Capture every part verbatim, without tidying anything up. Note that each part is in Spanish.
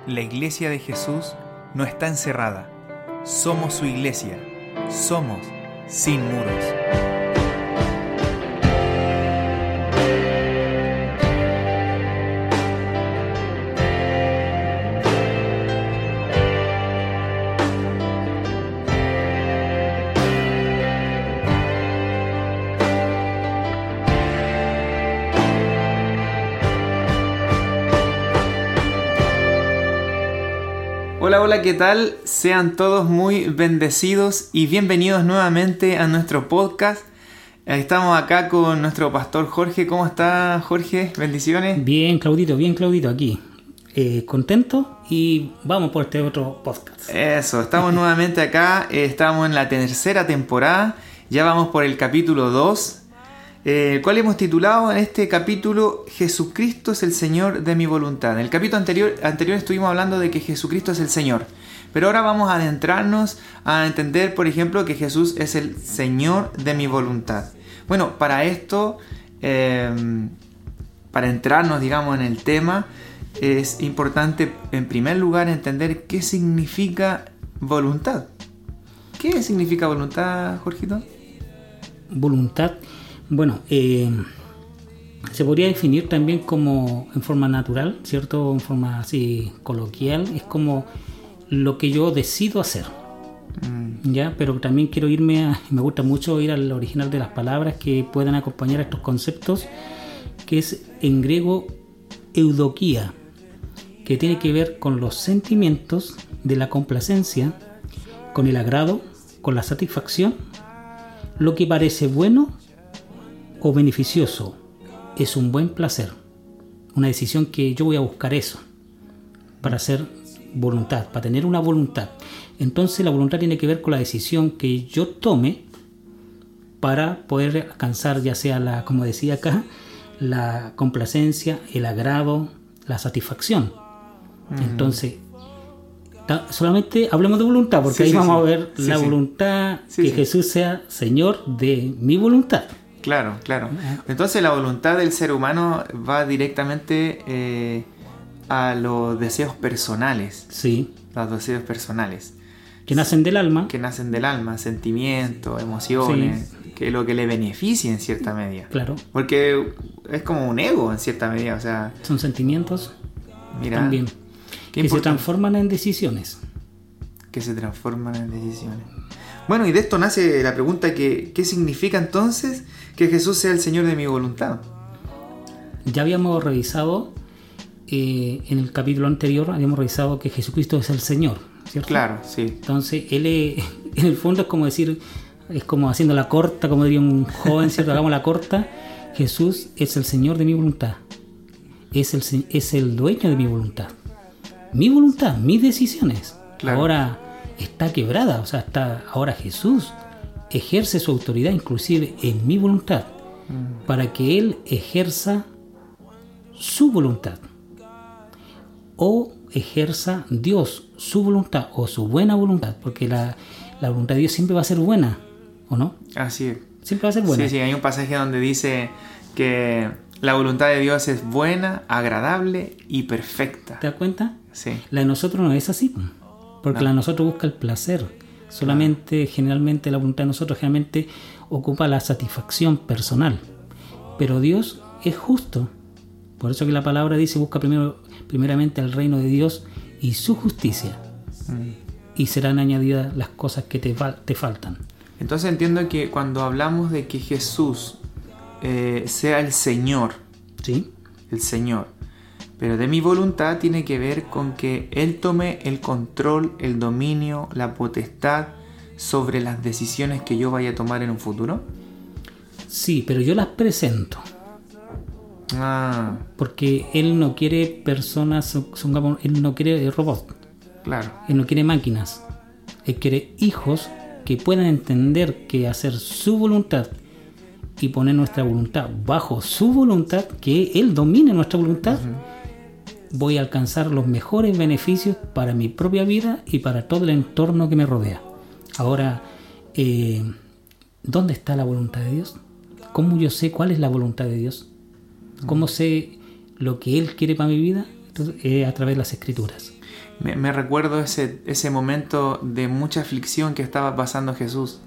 La Iglesia de Jesús no está encerrada. Somos su iglesia. Somos sin muros. Hola, hola, ¿qué tal? Sean todos muy bendecidos y bienvenidos nuevamente a nuestro podcast. Estamos acá con nuestro pastor Jorge. ¿Cómo está, Jorge? Bendiciones. Bien, Claudito, bien, Claudito, aquí. Eh, contento y vamos por este otro podcast. Eso, estamos nuevamente acá. Eh, estamos en la tercera temporada. Ya vamos por el capítulo dos. Eh, el cual hemos titulado en este capítulo Jesucristo es el Señor de mi voluntad. En el capítulo anterior, anterior estuvimos hablando de que Jesucristo es el Señor, pero ahora vamos a adentrarnos a entender, por ejemplo, que Jesús es el Señor de mi voluntad. Bueno, para esto, eh, para entrarnos, digamos, en el tema, es importante, en primer lugar, entender qué significa voluntad. ¿Qué significa voluntad, Jorgito? Voluntad... Bueno, eh, se podría definir también como en forma natural, ¿cierto? En forma así coloquial, es como lo que yo decido hacer, mm. ¿ya? Pero también quiero irme a, me gusta mucho ir al original de las palabras que puedan acompañar a estos conceptos, que es en griego eudokia, que tiene que ver con los sentimientos de la complacencia, con el agrado, con la satisfacción, lo que parece bueno o beneficioso, es un buen placer, una decisión que yo voy a buscar eso para hacer voluntad, para tener una voluntad. Entonces la voluntad tiene que ver con la decisión que yo tome para poder alcanzar, ya sea la, como decía acá, la complacencia, el agrado, la satisfacción. Uh-huh. Entonces ta, solamente hablemos de voluntad, porque sí, ahí sí, vamos sí. a ver sí, la sí. voluntad, sí, que sí. Jesús sea Señor de mi voluntad. Claro, claro. Entonces la voluntad del ser humano va directamente eh, a los deseos personales. Sí. Los deseos personales. Que nacen del alma. Que nacen del alma, sentimientos, emociones, sí. que lo que le beneficie en cierta medida. Claro. Porque es como un ego en cierta medida, o sea... Son sentimientos mira, también que importante. Se transforman en decisiones. Que se transforman en decisiones. Bueno, y de esto nace la pregunta que, ¿qué significa entonces que Jesús sea el Señor de mi voluntad? Ya habíamos revisado, eh, en el capítulo anterior, habíamos revisado que Jesucristo es el Señor, ¿cierto? Claro, sí. Entonces, Él es, en el fondo es como decir, es como haciendo la corta, como diría un joven, ¿cierto? Hagamos la corta. Jesús es el Señor de mi voluntad. Es el, es el dueño de mi voluntad. Mi voluntad, mis decisiones. Claro. Ahora está quebrada, o sea, está ahora Jesús ejerce su autoridad inclusive en mi voluntad, mm. para que Él ejerza su voluntad o ejerza Dios su voluntad o su buena voluntad, porque la, la voluntad de Dios siempre va a ser buena, ¿o no? Así es. Siempre va a ser buena. Sí, sí, hay un pasaje donde dice que la voluntad de Dios es buena, agradable y perfecta. ¿Te das cuenta? Sí. La de nosotros no es así, porque no. La de nosotros busca el placer. Solamente, no. generalmente, la voluntad de nosotros generalmente ocupa la satisfacción personal. Pero Dios es justo. Por eso que la palabra dice, busca primero, primeramente el reino de Dios y su justicia. Mm. Y serán añadidas las cosas que te, te faltan. Entonces entiendo que cuando hablamos de que Jesús eh, sea el Señor, ¿sí? El Señor, pero de mi voluntad tiene que ver con que Él tome el control, el dominio, la potestad sobre las decisiones que yo vaya a tomar en un futuro. Sí, pero yo las presento. Ah. Porque Él no quiere personas, Él no quiere robots. Claro. Él no quiere máquinas. Él quiere hijos que puedan entender que hacer su voluntad y poner nuestra voluntad bajo su voluntad, que Él domine nuestra voluntad, uh-huh. voy a alcanzar los mejores beneficios para mi propia vida y para todo el entorno que me rodea. Ahora, eh, ¿dónde está la voluntad de Dios? ¿Cómo yo sé cuál es la voluntad de Dios? ¿Cómo sé lo que Él quiere para mi vida? Entonces, eh, a través de las Escrituras. me, me recuerdo ese, ese momento de mucha aflicción que estaba pasando Jesús,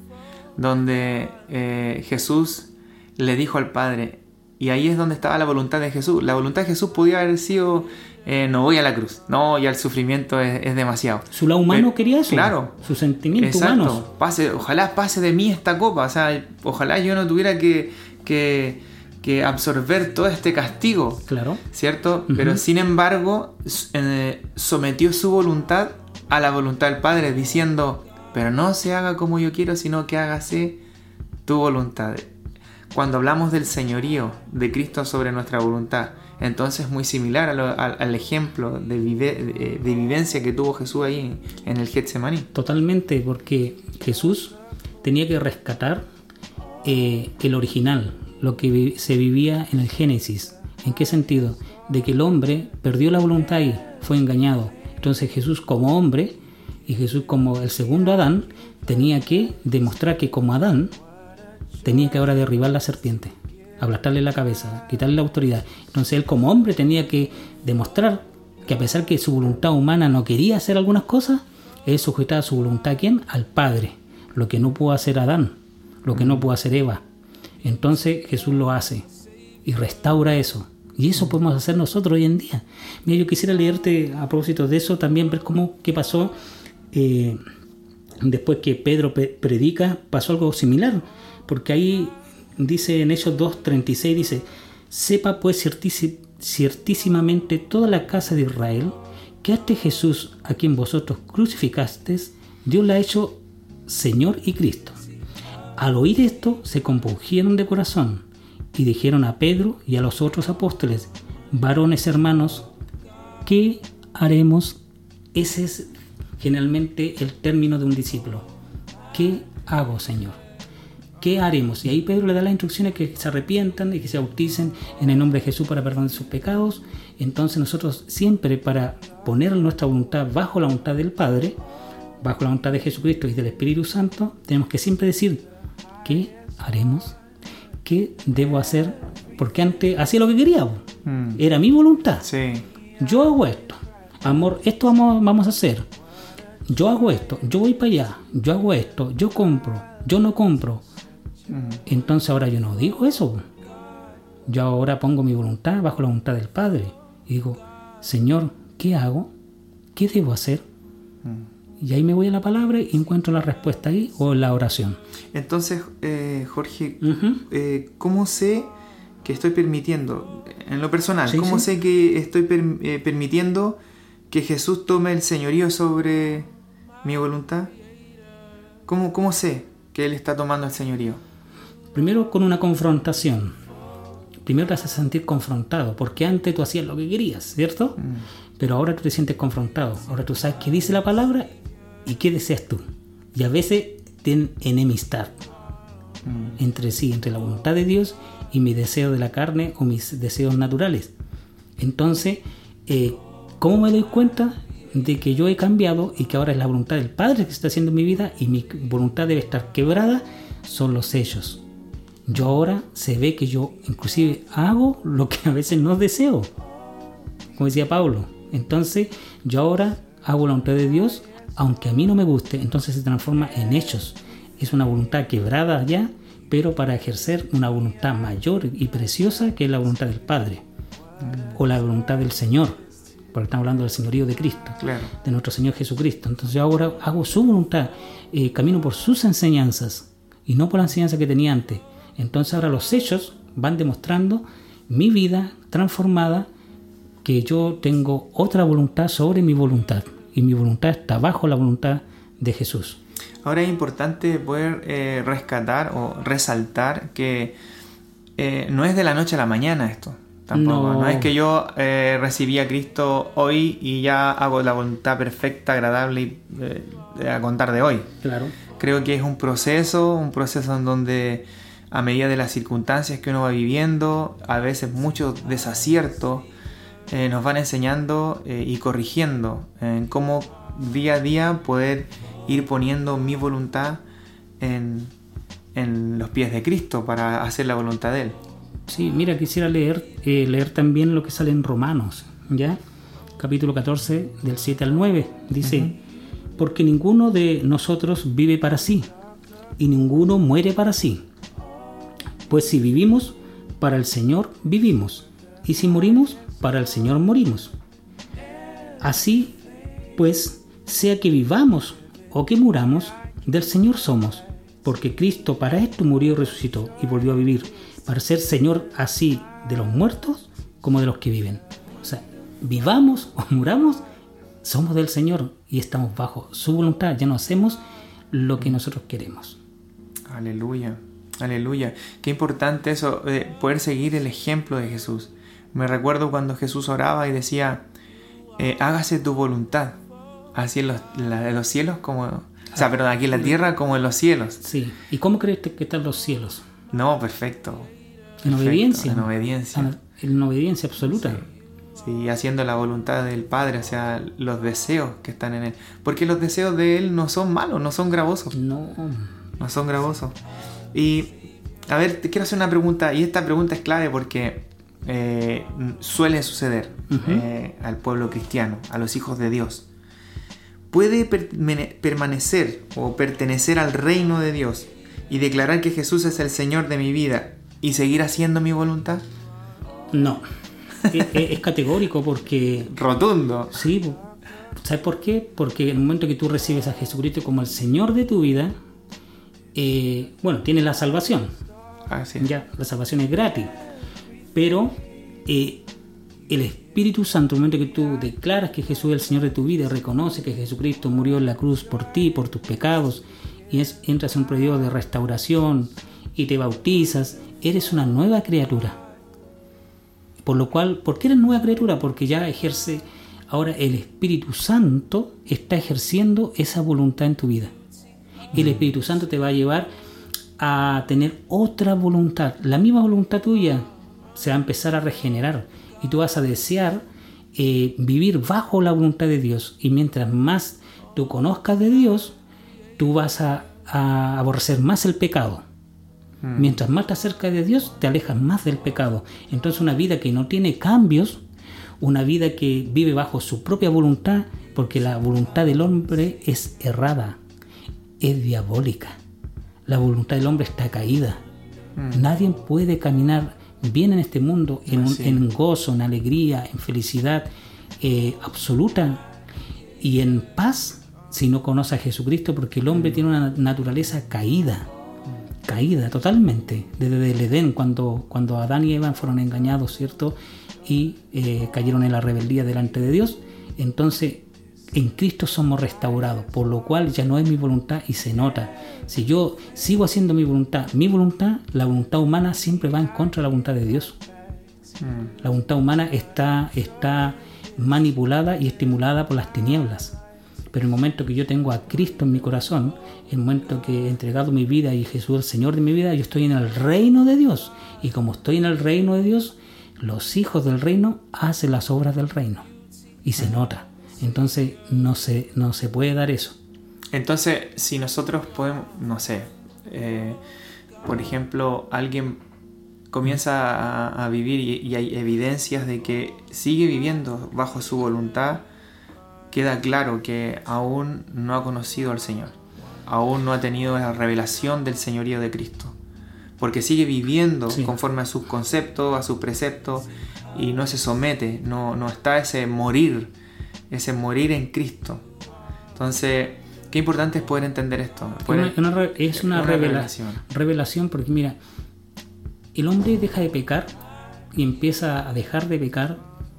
donde eh, Jesús le dijo al Padre, y ahí es donde estaba la voluntad de Jesús. La voluntad de Jesús podía haber sido, eh, no voy a la cruz, no, ya el sufrimiento es, es demasiado. Su lado humano Pero, quería eso, claro, sus sentimientos exacto, humanos. Pase, ojalá pase de mí esta copa, o sea, ojalá yo no tuviera que, que, que absorber todo este castigo, claro, ¿cierto? Uh-huh. Pero sin embargo, eh, sometió su voluntad a la voluntad del Padre, diciendo, pero no se haga como yo quiero, sino que hágase tu voluntad. Cuando hablamos del señorío de Cristo sobre nuestra voluntad, entonces es muy similar a lo, a, al ejemplo de, vive, de, de vivencia que tuvo Jesús ahí en, en el Getsemaní. Totalmente, porque Jesús tenía que rescatar eh, el original, lo que vi, se vivía en el Génesis. ¿En qué sentido? De que el hombre perdió la voluntad y fue engañado. Entonces Jesús como hombre y Jesús como el segundo Adán tenía que demostrar que como Adán tenía que ahora derribar la serpiente, aplastarle la cabeza, quitarle la autoridad. Entonces él como hombre tenía que demostrar que a pesar que su voluntad humana no quería hacer algunas cosas, él sujetaba su voluntad ¿a quién? Al Padre, lo que no pudo hacer Adán, lo que no pudo hacer Eva. Entonces Jesús lo hace y restaura eso. Y eso podemos hacer nosotros hoy en día. Mira, yo quisiera leerte a propósito de eso, también ver cómo, qué pasó eh, después que Pedro pe- predica, pasó algo similar. Porque ahí dice en Hechos dos treinta y seis, dice, sepa pues ciertísima, ciertísimamente toda la casa de Israel que a este Jesús a quien vosotros crucificasteis, Dios le ha hecho Señor y Cristo. Al oír esto se compungieron de corazón y dijeron a Pedro y a los otros apóstoles, varones hermanos, ¿qué haremos? Ese es generalmente el término de un discípulo. ¿Qué hago, Señor? ¿Qué haremos? Y ahí Pedro le da las instrucciones que se arrepientan y que se bauticen en el nombre de Jesús para perdón de sus pecados. Entonces nosotros siempre, para poner nuestra voluntad bajo la voluntad del Padre, bajo la voluntad de Jesucristo y del Espíritu Santo, tenemos que siempre decir, ¿qué haremos? ¿Qué debo hacer? Porque antes hacía lo que quería, mm. era mi voluntad. Sí. Yo hago esto, amor, esto vamos, vamos a hacer. Yo hago esto, yo voy para allá, yo hago esto, yo compro, yo no compro. Entonces ahora yo no digo eso. Yo ahora pongo mi voluntad bajo la voluntad del Padre y digo, Señor, ¿qué hago? ¿Qué debo hacer? Mm. Y ahí me voy a la palabra y encuentro la respuesta ahí o en la oración. Entonces, eh, Jorge, uh-huh. eh, ¿cómo sé que estoy permitiendo, en lo personal, sí, cómo sí. sé que estoy per, eh, permitiendo que Jesús tome el señorío sobre mi voluntad? ¿Cómo, cómo sé que Él está tomando el señorío? Primero con una confrontación. Primero te haces sentir confrontado, porque antes tú hacías lo que querías, ¿cierto? Mm. Pero ahora tú te sientes confrontado. Ahora tú sabes qué dice la palabra y qué deseas tú. Y a veces tienen enemistad mm. entre sí, entre la voluntad de Dios y mi deseo de la carne o mis deseos naturales. Entonces, eh, ¿cómo me doy cuenta de que yo he cambiado y que ahora es la voluntad del Padre que está haciendo en mi vida y mi voluntad debe estar quebrada? Son los hechos. Yo ahora se ve que yo inclusive hago lo que a veces no deseo, como decía Pablo. Entonces yo ahora hago la voluntad de Dios aunque a mí no me guste. Entonces se transforma en hechos. Es una voluntad quebrada ya, pero para ejercer una voluntad mayor y preciosa que es la voluntad del Padre mm. o la voluntad del Señor, porque estamos hablando del señorío de Cristo, claro. de nuestro Señor Jesucristo. Entonces yo ahora hago su voluntad, eh, camino por sus enseñanzas y no por la enseñanza que tenía antes. Entonces ahora los hechos van demostrando mi vida transformada, que yo tengo otra voluntad sobre mi voluntad y mi voluntad está bajo la voluntad de Jesús. Ahora es importante poder eh, rescatar o resaltar que eh, no es de la noche a la mañana esto. Tampoco, no, no es que yo eh, recibí a Cristo hoy y ya hago la voluntad perfecta, agradable y eh, a contar de hoy. Claro. Creo que es un proceso, un proceso en donde a medida de las circunstancias que uno va viviendo, a veces muchos desaciertos eh, nos van enseñando eh, y corrigiendo en cómo día a día poder ir poniendo mi voluntad en, en los pies de Cristo para hacer la voluntad de Él. Sí, mira, quisiera leer, eh, leer también lo que sale en Romanos, ¿ya? capítulo catorce, del siete al nueve. Dice, uh-huh. porque ninguno de nosotros vive para sí, y ninguno muere para sí. Pues si vivimos, para el Señor vivimos, y si morimos, para el Señor morimos. Así, pues, sea que vivamos o que muramos, del Señor somos, porque Cristo para esto murió y resucitó, y volvió a vivir, para ser Señor así de los muertos como de los que viven. O sea, vivamos o muramos, somos del Señor y estamos bajo su voluntad, ya no hacemos lo que nosotros queremos. Aleluya, aleluya. Qué importante eso, eh, poder seguir el ejemplo de Jesús. Me recuerdo cuando Jesús oraba y decía, eh, hágase tu voluntad, así en los, la de los cielos como... O sea, perdón, aquí en la tierra como en los cielos. Sí. ¿Y cómo crees que están los cielos? No, perfecto. En perfecto, obediencia. En obediencia. En obediencia absoluta. Sí. sí, haciendo la voluntad del Padre, o sea, los deseos que están en Él. Porque los deseos de Él no son malos, no son gravosos. No. No son gravosos. Y, a ver, te quiero hacer una pregunta, y esta pregunta es clave porque eh, suele suceder uh-huh. eh, al pueblo cristiano, a los hijos de Dios. ¿Puede per- permanecer o pertenecer al reino de Dios y declarar que Jesús es el Señor de mi vida y seguir haciendo mi voluntad? No. es, es categórico porque... Rotundo. Sí. ¿Sabes por qué? Porque en el momento que tú recibes a Jesucristo como el Señor de tu vida, eh, bueno, tienes la salvación. Ah, sí. Ya, la salvación es gratis. Pero... Eh, el Espíritu Santo, en el momento que tú declaras que Jesús es el Señor de tu vida, reconoce que Jesucristo murió en la cruz por ti, por tus pecados, y es, entras en un periodo de restauración y te bautizas, eres una nueva criatura. Por lo cual, ¿por qué eres nueva criatura? Porque ya ejerce, ahora el Espíritu Santo está ejerciendo esa voluntad en tu vida. Y el Espíritu Santo te va a llevar a tener otra voluntad. La misma voluntad tuya se va a empezar a regenerar. Y tú vas a desear eh, vivir bajo la voluntad de Dios. Y mientras más tú conozcas de Dios, tú vas a, a aborrecer más el pecado. Mm. Mientras más te acercas de Dios, te alejas más del pecado. Entonces una vida que no tiene cambios, una vida que vive bajo su propia voluntad, porque la voluntad del hombre es errada, es diabólica. La voluntad del hombre está caída. Mm. Nadie puede caminar bien en este mundo, en, un, en gozo, en alegría, en felicidad eh, absoluta y en paz si no conoce a Jesucristo, porque el hombre mm. tiene una naturaleza caída, mm. caída totalmente, desde el Edén, cuando, cuando Adán y Eva fueron engañados, ¿cierto? Y eh, cayeron en la rebeldía delante de Dios. Entonces en Cristo somos restaurados, por lo cual ya no es mi voluntad y se nota. Si yo sigo haciendo mi voluntad, mi voluntad, la voluntad humana siempre va en contra de la voluntad de Dios. Mm. La voluntad humana está, está manipulada y estimulada por las tinieblas. Pero en el momento que yo tengo a Cristo en mi corazón, en el momento que he entregado mi vida y Jesús es el Señor de mi vida, yo estoy en el reino de Dios. Y como estoy en el reino de Dios, los hijos del reino hacen las obras del reino. Y se nota. Entonces no se, no se puede dar eso. Entonces, si nosotros podemos, no sé, eh, por ejemplo, alguien comienza a, a vivir y, y hay evidencias de que sigue viviendo bajo su voluntad, queda claro que aún no ha conocido al Señor, aún no ha tenido la revelación del señorío de Cristo, porque sigue viviendo sí. conforme a sus conceptos, a sus preceptos, y no se somete, no, no está ese morir, ese morir en Cristo. Entonces, qué importante es poder entender esto. Poder, una, una, es una, una revelación. revelación porque mira, el hombre deja de pecar y empieza a dejar de pecar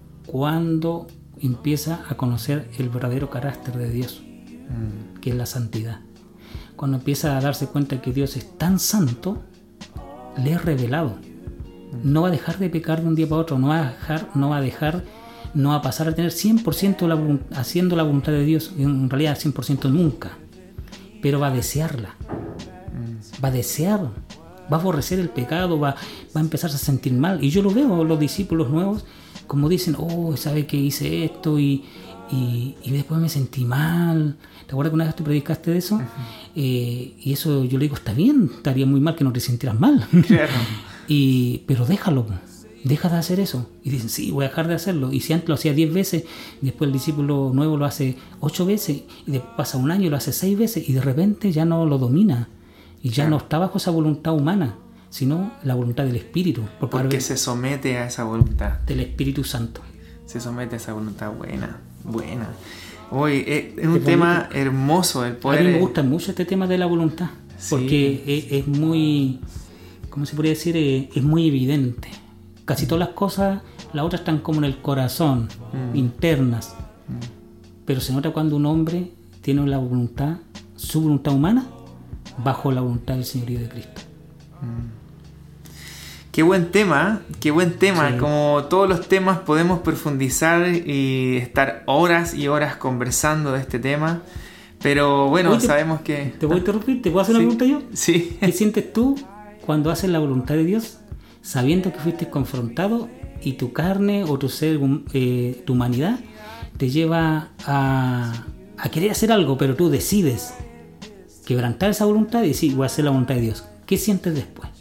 cuando empieza a conocer el verdadero carácter de Dios, mm. que es la santidad. Cuando empieza a darse cuenta que Dios es tan santo, le es revelado. Mm. No va a dejar de pecar de un día para otro, no va a dejar, no va a dejar, no va a pasar a tener cien por ciento la, haciendo la voluntad de Dios, en realidad cien por ciento nunca, pero va a desearla, mm. va a desear, va a aborrecer el pecado, va, va a empezar a sentir mal. Y yo lo veo, los discípulos nuevos, como dicen, oh, ¿sabe que hice esto? Y, y, y después me sentí mal. ¿Te acuerdas que una vez tú predicaste de eso? Uh-huh. Eh, y eso yo le digo, está bien, estaría muy mal que no te sintieras mal. Claro. y, pero déjalo, deja de hacer eso. Y dicen, sí, voy a dejar de hacerlo. Y si antes lo hacía diez veces, después el discípulo nuevo lo hace ocho veces, y después pasa un año y lo hace seis veces, y de repente ya no lo domina. Y ya claro. no está bajo esa voluntad humana, sino la voluntad del Espíritu. Porque, porque se somete a esa voluntad. Del Espíritu Santo. Se somete a esa voluntad buena, buena. Hoy es, es un es tema bonito. Hermoso el poder. A mí me gusta mucho este tema de la voluntad, sí. porque es, es muy, ¿cómo se podría decir? Es, es muy evidente. Casi mm. todas las cosas, las otras están como en el corazón, mm. internas. Mm. Pero se nota cuando un hombre tiene la voluntad, su voluntad humana, bajo la voluntad del Señorío de Cristo. Mm. Qué buen tema, qué buen tema. Sí. Como todos los temas podemos profundizar y estar horas y horas conversando de este tema. Pero bueno, Oye, sabemos que... ¿Te voy a interrumpir? ¿Te puedo hacer sí. una pregunta yo? Sí. ¿Qué sientes tú cuando haces la voluntad de Dios sabiendo que fuiste confrontado y tu carne o tu ser, eh, tu humanidad te lleva a, a querer hacer algo, pero tú decides quebrantar esa voluntad y decir, voy a hacer la voluntad de Dios? ¿Qué sientes después?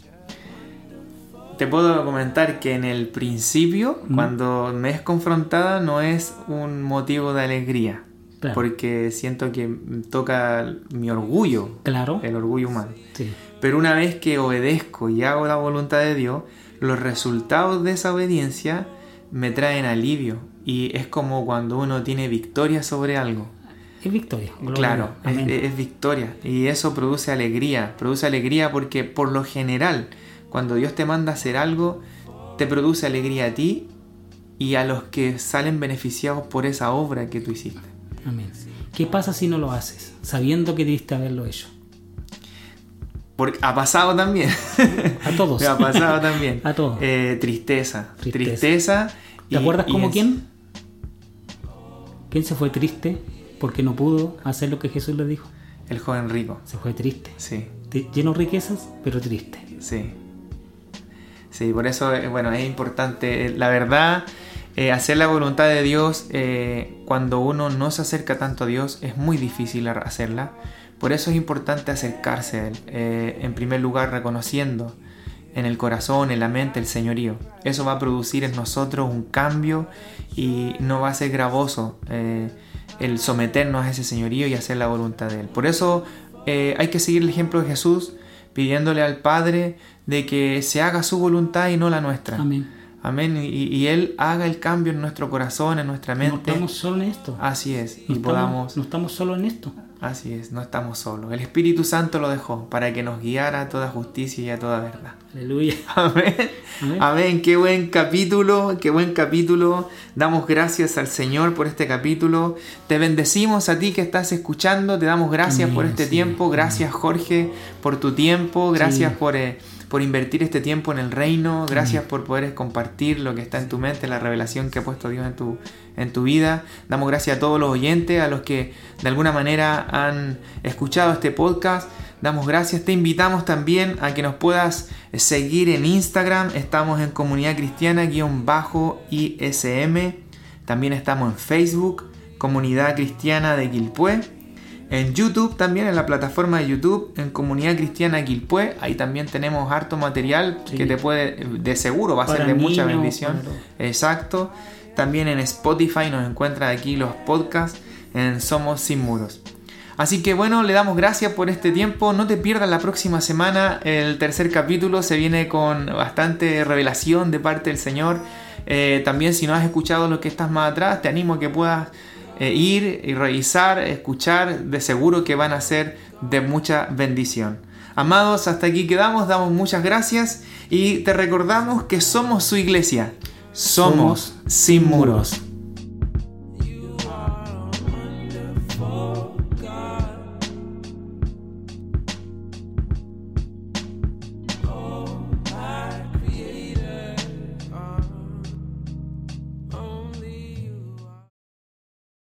Te puedo comentar que en el principio, ¿Mm? cuando me es confrontada, no es un motivo de alegría. Claro. Porque siento que toca mi orgullo. Claro. El orgullo humano. Sí. Pero una vez que obedezco y hago la voluntad de Dios, los resultados de esa obediencia me traen alivio. Y es como cuando uno tiene victoria sobre algo. Es victoria. Claro, es, es victoria. Y eso produce alegría. Produce alegría porque por lo general... Cuando Dios te manda a hacer algo, te produce alegría a ti y a los que salen beneficiados por esa obra que tú hiciste. Amén. ¿Qué pasa si no lo haces, sabiendo que debiste haberlo hecho? Porque ha pasado también. A todos. Ha pasado también. A todos. Eh, tristeza. Tristeza. Tristeza ¿Te y, acuerdas como es... quién? ¿Quién se fue triste porque no pudo hacer lo que Jesús le dijo? El joven rico. Se fue triste. Sí. Lleno de riquezas, pero triste. Sí. Sí, por eso, bueno, es importante, la verdad, eh, hacer la voluntad de Dios eh, cuando uno no se acerca tanto a Dios es muy difícil hacerla. Por eso es importante acercarse a Él, eh, en primer lugar reconociendo en el corazón, en la mente, el señorío. Eso va a producir en nosotros un cambio y no va a ser gravoso eh, el someternos a ese señorío y hacer la voluntad de Él. Por eso eh, hay que seguir el ejemplo de Jesús, pidiéndole al Padre de que se haga su voluntad y no la nuestra. Amén. Amén. Y, y Él haga el cambio en nuestro corazón, en nuestra mente. No estamos solo en esto. Así es. No y estamos, podamos... no estamos solo en esto. Así es, no estamos solos. El Espíritu Santo lo dejó para que nos guiara a toda justicia y a toda verdad. Aleluya. Amén. Amén. Amén. Qué buen capítulo, qué buen capítulo. Damos gracias al Señor por este capítulo. Te bendecimos a ti que estás escuchando. Te damos gracias Amén, por este sí. tiempo. Gracias, Amén. Jorge, por tu tiempo. Gracias sí. por... Eh, por invertir este tiempo en el reino. Gracias mm. por poder compartir lo que está en tu mente, la revelación que ha puesto Dios en tu, en tu vida. Damos gracias a todos los oyentes, a los que de alguna manera han escuchado este podcast. Damos gracias. Te invitamos también a que nos puedas seguir en Instagram. Estamos en Comunidad Cristiana I S M. También estamos en Facebook, Comunidad Cristiana de Quilpué. En YouTube también, en la plataforma de YouTube, en Comunidad Cristiana Quilpué, ahí también tenemos harto material sí. que te puede, de seguro va a para ser de niños, mucha bendición. Para... Exacto. También en Spotify nos encuentran aquí los podcasts en Somos Sin Muros. Así que bueno, le damos gracias por este tiempo. No te pierdas la próxima semana, el tercer capítulo se viene con bastante revelación de parte del Señor. Eh, también si no has escuchado lo que estás más atrás, te animo a que puedas Eh, ir y revisar, escuchar, de seguro que van a ser de mucha bendición. Amados, hasta aquí quedamos, damos muchas gracias y te recordamos que somos su iglesia. Somos, somos sin muros.